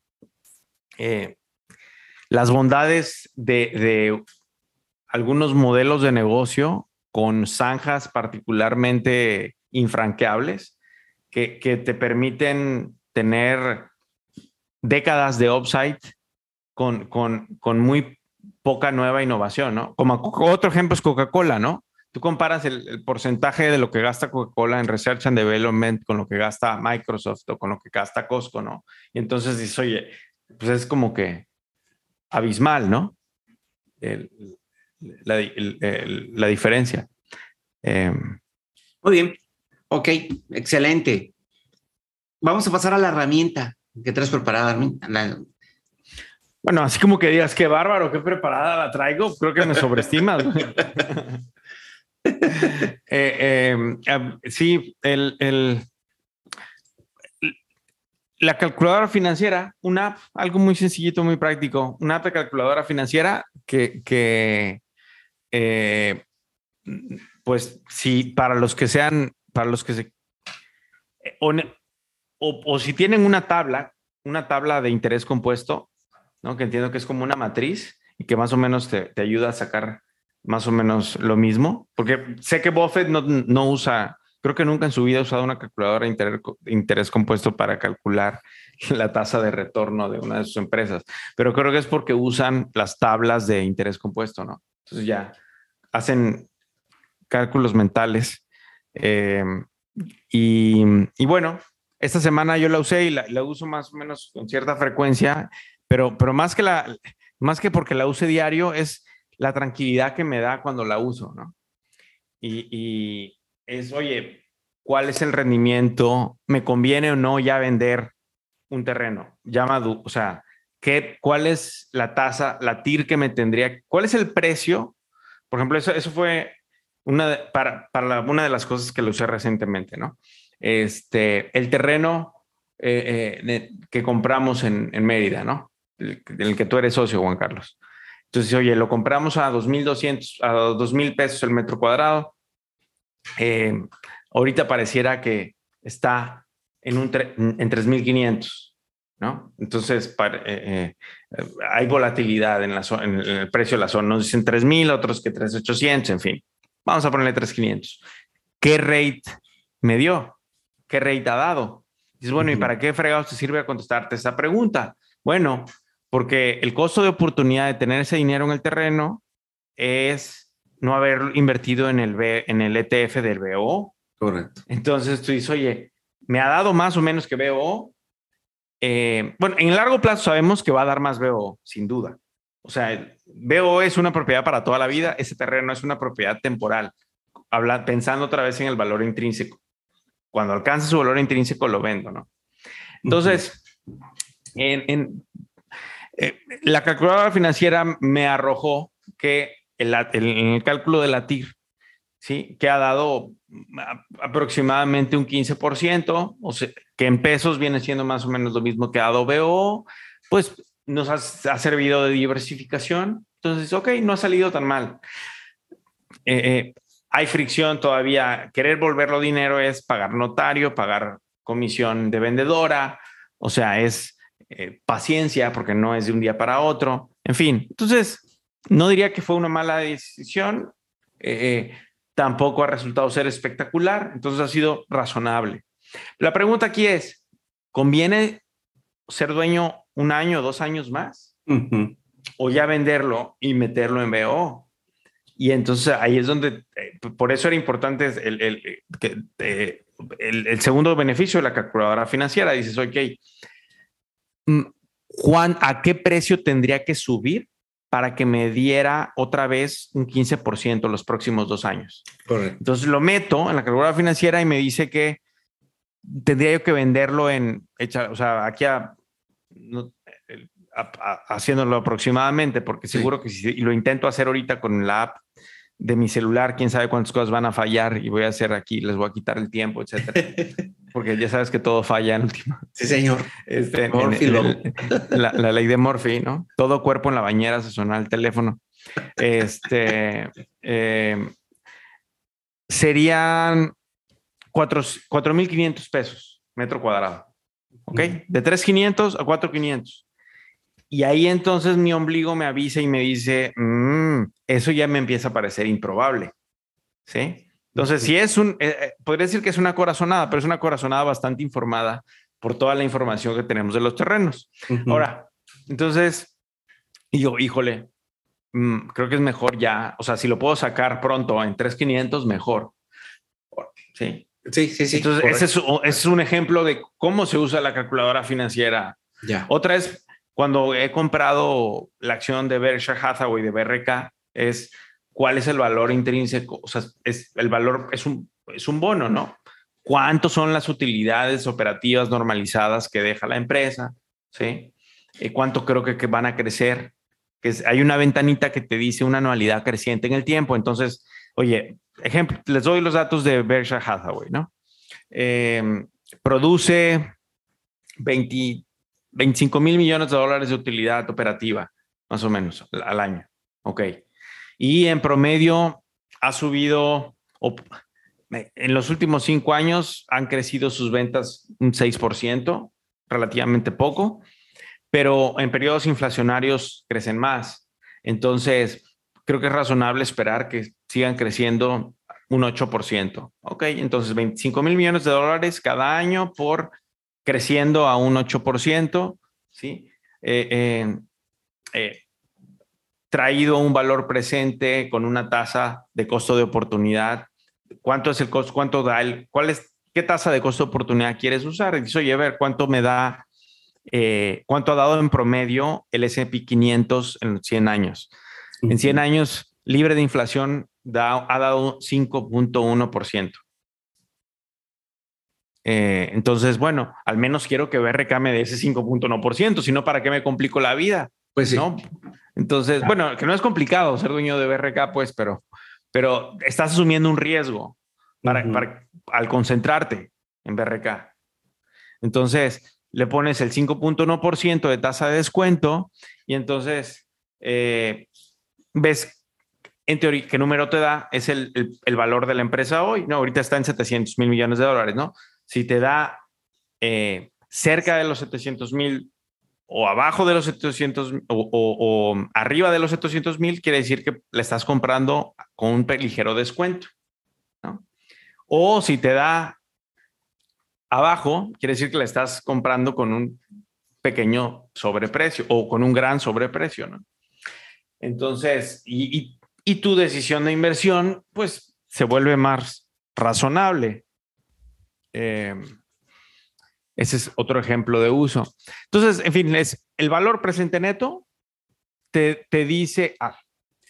eh, las bondades de, de algunos modelos de negocio con zanjas particularmente infranqueables que, que te permiten tener décadas de upside con, con, con muy poca nueva innovación, ¿no? Como otro ejemplo es Coca-Cola, ¿no? Tú comparas el, el porcentaje de lo que gasta Coca-Cola en Research and Development con lo que gasta Microsoft o con lo que gasta Costco, ¿no? Y entonces dices, oye, pues es como que abismal, ¿no? El, la, el, el, la diferencia. Eh, Muy bien. Ok, excelente. vamos a pasar a la herramienta que traes preparada, Armin. La... Bueno, así como que digas, qué bárbaro, qué preparada la traigo, creo que me sobreestimas. eh, eh, eh, sí, el, el, la calculadora financiera, una app, algo muy sencillito, muy práctico, una app de calculadora financiera que, que eh, pues sí, para los que sean, para los que se, o, o, o si tienen una tabla, una tabla de interés compuesto, ¿no? Que entiendo que es como una matriz y que más o menos te, te ayuda a sacar más o menos lo mismo, porque sé que Buffett no, no usa, creo que nunca en su vida ha usado una calculadora de interés, interés compuesto para calcular la tasa de retorno de una de sus empresas, pero creo que es porque usan las tablas de interés compuesto, ¿no? Entonces ya hacen cálculos mentales. Eh, y, y bueno, esta semana yo la usé y la, la uso más o menos con cierta frecuencia, pero, pero más que la, más que porque la use diario, es la tranquilidad que me da cuando la uso, ¿no? Y, y es, oye, ¿cuál es el rendimiento? ¿Me conviene o no ya vender un terreno? Ya madu- o sea, ¿qué, ¿cuál es la tasa, la T I R que me tendría? ¿Cuál es el precio? Por ejemplo, eso, eso fue una de, para, para la, una de las cosas que lo usé recientemente, ¿no? Este, el terreno eh, eh, que compramos en, en Mérida, ¿no? El, el que tú eres socio, Juan Carlos. Entonces, oye, lo compramos a dos mil doscientos, a dos mil pesos el metro cuadrado. Eh, ahorita pareciera que está en, un tre en tres mil quinientos, ¿no? Entonces, para, eh, eh, hay volatilidad en, la zona, en el precio de la zona. Nos dicen tres mil, otros que tres mil ochocientos, en fin. Vamos a ponerle tres mil quinientos. ¿Qué rate me dio? ¿Qué rate ha dado? Dices, bueno, ¿y para qué fregados te sirve a contestarte esta pregunta? Bueno, porque el costo de oportunidad de tener ese dinero en el terreno es no haber invertido en el, B, en el E T F del B O O. Correcto. Entonces tú dices, oye, me ha dado más o menos que B O O. Eh, bueno, en el largo plazo sabemos que va a dar más B O O, sin duda. O sea, B O O es una propiedad para toda la vida, ese terreno es una propiedad temporal. Habla, pensando otra vez en el valor intrínseco. Cuando alcance su valor intrínseco lo vendo, ¿no? Entonces, uh-huh. en, en eh, la calculadora financiera me arrojó que el, el, en el cálculo de la T I R, ¿sí? Que ha dado a, aproximadamente un quince por ciento, o sea, que en pesos viene siendo más o menos lo mismo que ha dado B O O, pues nos ha, ha servido de diversificación. Entonces, ok, no ha salido tan mal. Eh, eh, hay fricción todavía. Querer volverlo dinero es pagar notario, pagar comisión de vendedora, o sea, es eh, paciencia porque no es de un día para otro. En fin, entonces no diría que fue una mala decisión. Eh, tampoco ha resultado ser espectacular, entonces ha sido razonable. La pregunta aquí es, ¿conviene ser dueño un año, dos años más? Uh-huh. ¿O ya venderlo y meterlo en B O O? Y entonces ahí es donde, eh, por eso era importante el, el, el, el, el segundo beneficio de la calculadora financiera. Dices, ok, Juan, ¿a qué precio tendría que subir para que me diera otra vez un quince por ciento los próximos dos años? Correcto. Entonces lo meto en la calculadora financiera y me dice que tendría yo que venderlo en, o sea, aquí a, no, a, a, haciéndolo aproximadamente, porque seguro sí. que si lo intento hacer ahorita con la app de mi celular, quién sabe cuántas cosas van a fallar y voy a hacer aquí, les voy a quitar el tiempo, etcétera. Porque ya sabes que todo falla en última. Sí, señor. Este, Murphy, en, en el, la, la ley de Murphy, ¿no? Todo cuerpo en la bañera se suena el teléfono. Este, eh, serían cuatro mil quinientos pesos metro cuadrado. ¿Ok? De tres mil quinientos a cuatro mil quinientos. Y ahí entonces mi ombligo me avisa y me dice, mmm, eso ya me empieza a parecer improbable. ¿Sí? Entonces, si es un, eh, podría decir que es una corazonada, pero es una corazonada bastante informada por toda la información que tenemos de los terrenos. Uh-huh. Ahora, entonces, y yo, híjole, mmm, creo que es mejor ya, o sea, si lo puedo sacar pronto en tres mil quinientos, mejor. ¿Sí? Sí, sí, sí. Entonces, ese es, ese es un ejemplo de cómo se usa la calculadora financiera. Ya. Otra es cuando he comprado la acción de Berkshire Hathaway de B R K, es cuál es el valor intrínseco, o sea, es el valor, es un, es un bono, ¿no? ¿Cuántos son las utilidades operativas normalizadas que deja la empresa? ¿Sí? Eh, ¿Cuánto creo que, que van a crecer? Que es, hay una ventanita que te dice una anualidad creciente en el tiempo. Entonces, oye, ejemplo, les doy los datos de Berkshire Hathaway, ¿no? Eh, produce veinte, veinticinco mil millones de dólares de utilidad operativa, más o menos, al, al año. Ok. Y en promedio ha subido, en los últimos cinco años han crecido sus ventas un seis por ciento, relativamente poco, pero en periodos inflacionarios crecen más. Entonces, creo que es razonable esperar que sigan creciendo un ocho por ciento. Ok, entonces veinticinco mil millones de dólares cada año por creciendo a un ocho por ciento, ¿sí? Eh, eh, eh, traído un valor presente con una tasa de costo de oportunidad. ¿Cuánto es el costo? ¿Cuánto da el? ¿Cuál es? ¿Qué tasa de costo de oportunidad quieres usar? Y dice, oye, a ver, ¿cuánto me da? Eh, ¿Cuánto ha dado en promedio el ese and pe quinientos en cien años? Uh-huh. En cien años, libre de inflación, da, ha dado cinco punto uno por ciento. Eh, entonces, bueno, al menos quiero que B R K me dé ese cinco punto uno por ciento, si no, ¿para qué me complico la vida? Pues sí. ¿No? Entonces, bueno, que no es complicado ser dueño de B R K, pues, pero, pero estás asumiendo un riesgo para, uh-huh. para, al concentrarte en B R K. Entonces, le pones el cinco punto uno por ciento de tasa de descuento y entonces eh, ves en teoría qué número te da, es el, el, el valor de la empresa hoy. No, ahorita está en setecientos mil millones de dólares, ¿no? Si te da eh, cerca de los setecientos mil o abajo de los setecientos o, o, o arriba de los setecientos mil, quiere decir que le estás comprando con un ligero descuento, ¿no? O si te da abajo, quiere decir que le estás comprando con un pequeño sobreprecio o con un gran sobreprecio, ¿no? Entonces, y, y, y tu decisión de inversión, pues, se vuelve más razonable. Eh, ese es otro ejemplo de uso. Entonces, en fin, es, el valor presente neto te, te dice ah,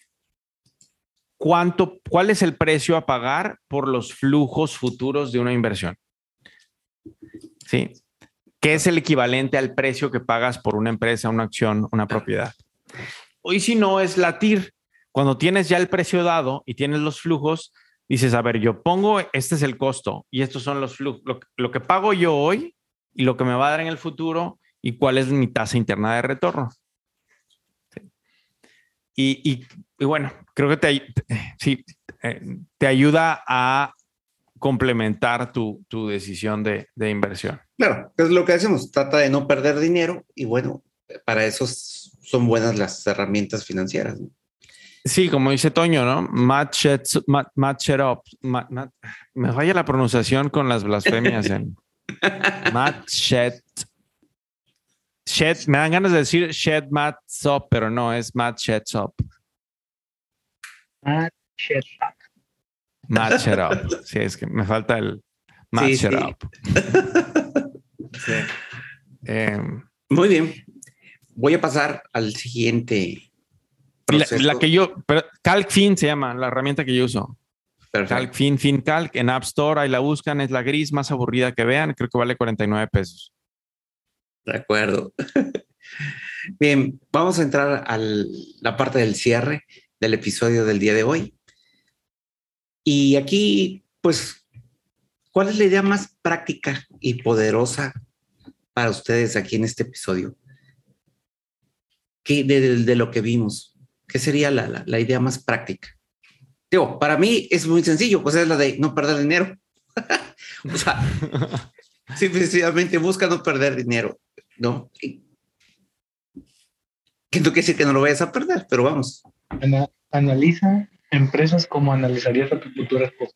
cuánto, cuál es el precio a pagar por los flujos futuros de una inversión. ¿Sí? ¿Qué es el equivalente al precio que pagas por una empresa, una acción, una propiedad? Y si no, es la T I R. Cuando tienes ya el precio dado y tienes los flujos, dices, a ver, yo pongo, este es el costo y estos son los flujos, lo, lo que pago yo hoy y lo que me va a dar en el futuro y cuál es mi tasa interna de retorno. ¿Sí? Y, y, y bueno, creo que te, sí, te ayuda a complementar tu, tu decisión de, de inversión. Claro, es lo que hacemos, trata de no perder dinero y bueno, para eso son buenas las herramientas financieras, ¿no? Sí, como dice Toño, ¿no? Match it, match it up. Mat, mat, me falla la pronunciación con las blasfemias en match it. Shed, me dan ganas de decir shed match up, pero no, es match it up. Match it up. Match it up. Sí, es que me falta el match sí, it sí. up. Sí. Eh, Muy bien. Voy a pasar al siguiente proceso. La, la que yo, pero CalcFin se llama, la herramienta que yo uso. Perfecto. CalcFin, FinCalc, en App Store, ahí la buscan, es la gris más aburrida que vean, creo que vale cuarenta y nueve pesos. De acuerdo. Bien, vamos a entrar a la parte del cierre del episodio del día de hoy. Y aquí, pues, ¿cuál es la idea más práctica y poderosa para ustedes aquí en este episodio? ¿Qué, de, de, de lo que vimos? ¿Qué sería la, la, la idea más práctica? Digo, para mí es muy sencillo, pues es la de no perder dinero. O sea, simplemente busca no perder dinero, ¿no? Que no quiere decir que no lo vayas a perder, pero vamos. Ana, analiza empresas como analizarías a tu futura esposa.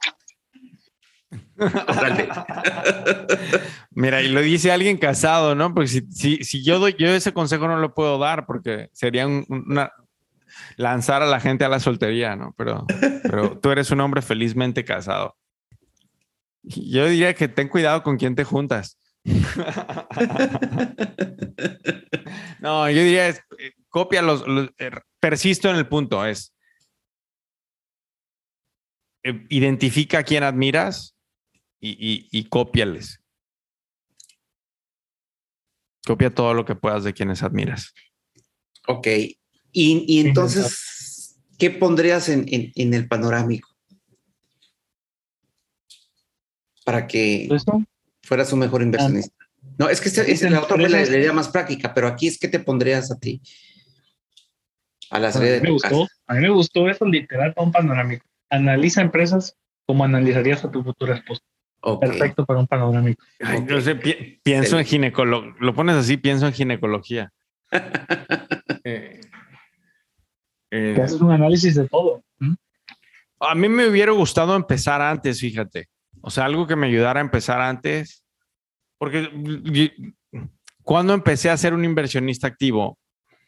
Mira, y lo dice alguien casado, ¿no? Porque si, si, si yo doy, yo ese consejo no lo puedo dar porque sería un, una, lanzar a la gente a la soltería, ¿no? Pero, pero tú eres un hombre felizmente casado. Yo diría que ten cuidado con quién te juntas. No, yo diría, es, copia los, los, persisto en el punto, es identifica a quién admiras y, y, y cópiales. Copia todo lo que puedas de quienes admiras. Ok. Y, y entonces, ¿qué pondrías en, en, en el panorámico? Para que ¿Esto? fueras un mejor inversionista. No, es que este, este, la otra fue la, la idea más práctica, pero aquí es que te pondrías a ti. A la salida a, mí de me tu gustó, casa. a mí me gustó eso literal para un panorámico. Analiza empresas como analizarías a tu futura esposa. Okay. Perfecto para un panorámico. Ay, Okay. No sé, pi pienso sí. en ginecología. Lo pones así, pienso en ginecología. eh, eh, que haces un análisis de todo. ¿Mm? A mí me hubiera gustado empezar antes, fíjate. O sea, algo que me ayudara a empezar antes. Porque cuando empecé a ser un inversionista activo,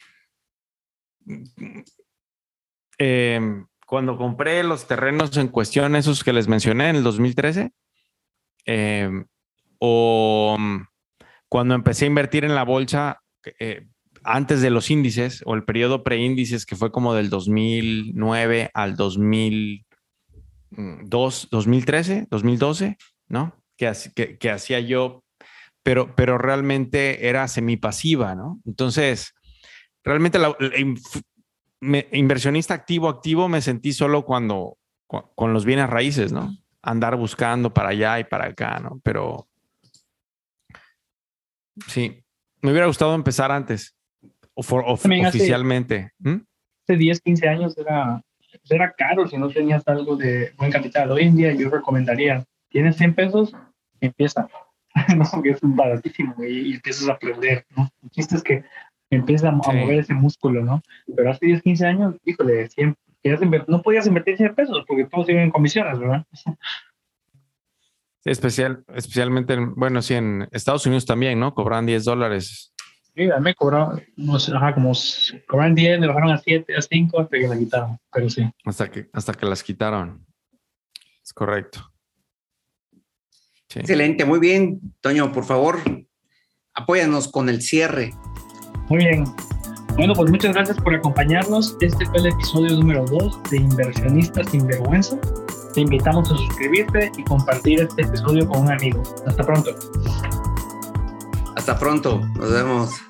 eh, cuando compré los terrenos en cuestión, esos que les mencioné en el dos mil trece, eh, o cuando empecé a invertir en la bolsa eh, antes de los índices o el periodo preíndices, que fue como del dos mil nueve al dos mil dos, dos mil trece, dos mil doce, ¿no? Que, que, que hacía yo, pero, pero realmente era semipasiva, ¿no? Entonces, realmente la, la, me, inversionista activo, activo, me sentí solo cuando, con los bienes raíces, ¿no? Andar buscando para allá y para acá, ¿no? Pero sí, me hubiera gustado empezar antes, o for, of, oficialmente. Hace, ¿Mm? hace diez, quince años era, era caro si no tenías algo de buen capital. Hoy en día yo recomendaría, tienes cien pesos, empieza. No, porque es baratísimo y, y empiezas a aprender, ¿no? El chiste es que empiezas a, sí. a mover ese músculo, ¿no? Pero hace diez, quince años, híjole, cien, no podías invertir cien pesos porque todos siguen en comisiones, ¿verdad? Sí, especial, especialmente, en, bueno, sí, en Estados Unidos también, ¿no? Cobran diez dólares. Sí, a mí me cobraron, no sé, ajá, como cobran diez, me bajaron a siete, a cinco, hasta que la quitaron, pero sí. Hasta que, hasta que las quitaron. Es correcto. Sí. Excelente, muy bien. Toño, por favor, apóyanos con el cierre. Muy bien. Bueno, pues muchas gracias por acompañarnos. Este fue el episodio número dos de Inversionistas sin Vergüenza. Te invitamos a suscribirte y compartir este episodio con un amigo. Hasta pronto. Hasta pronto. Nos vemos.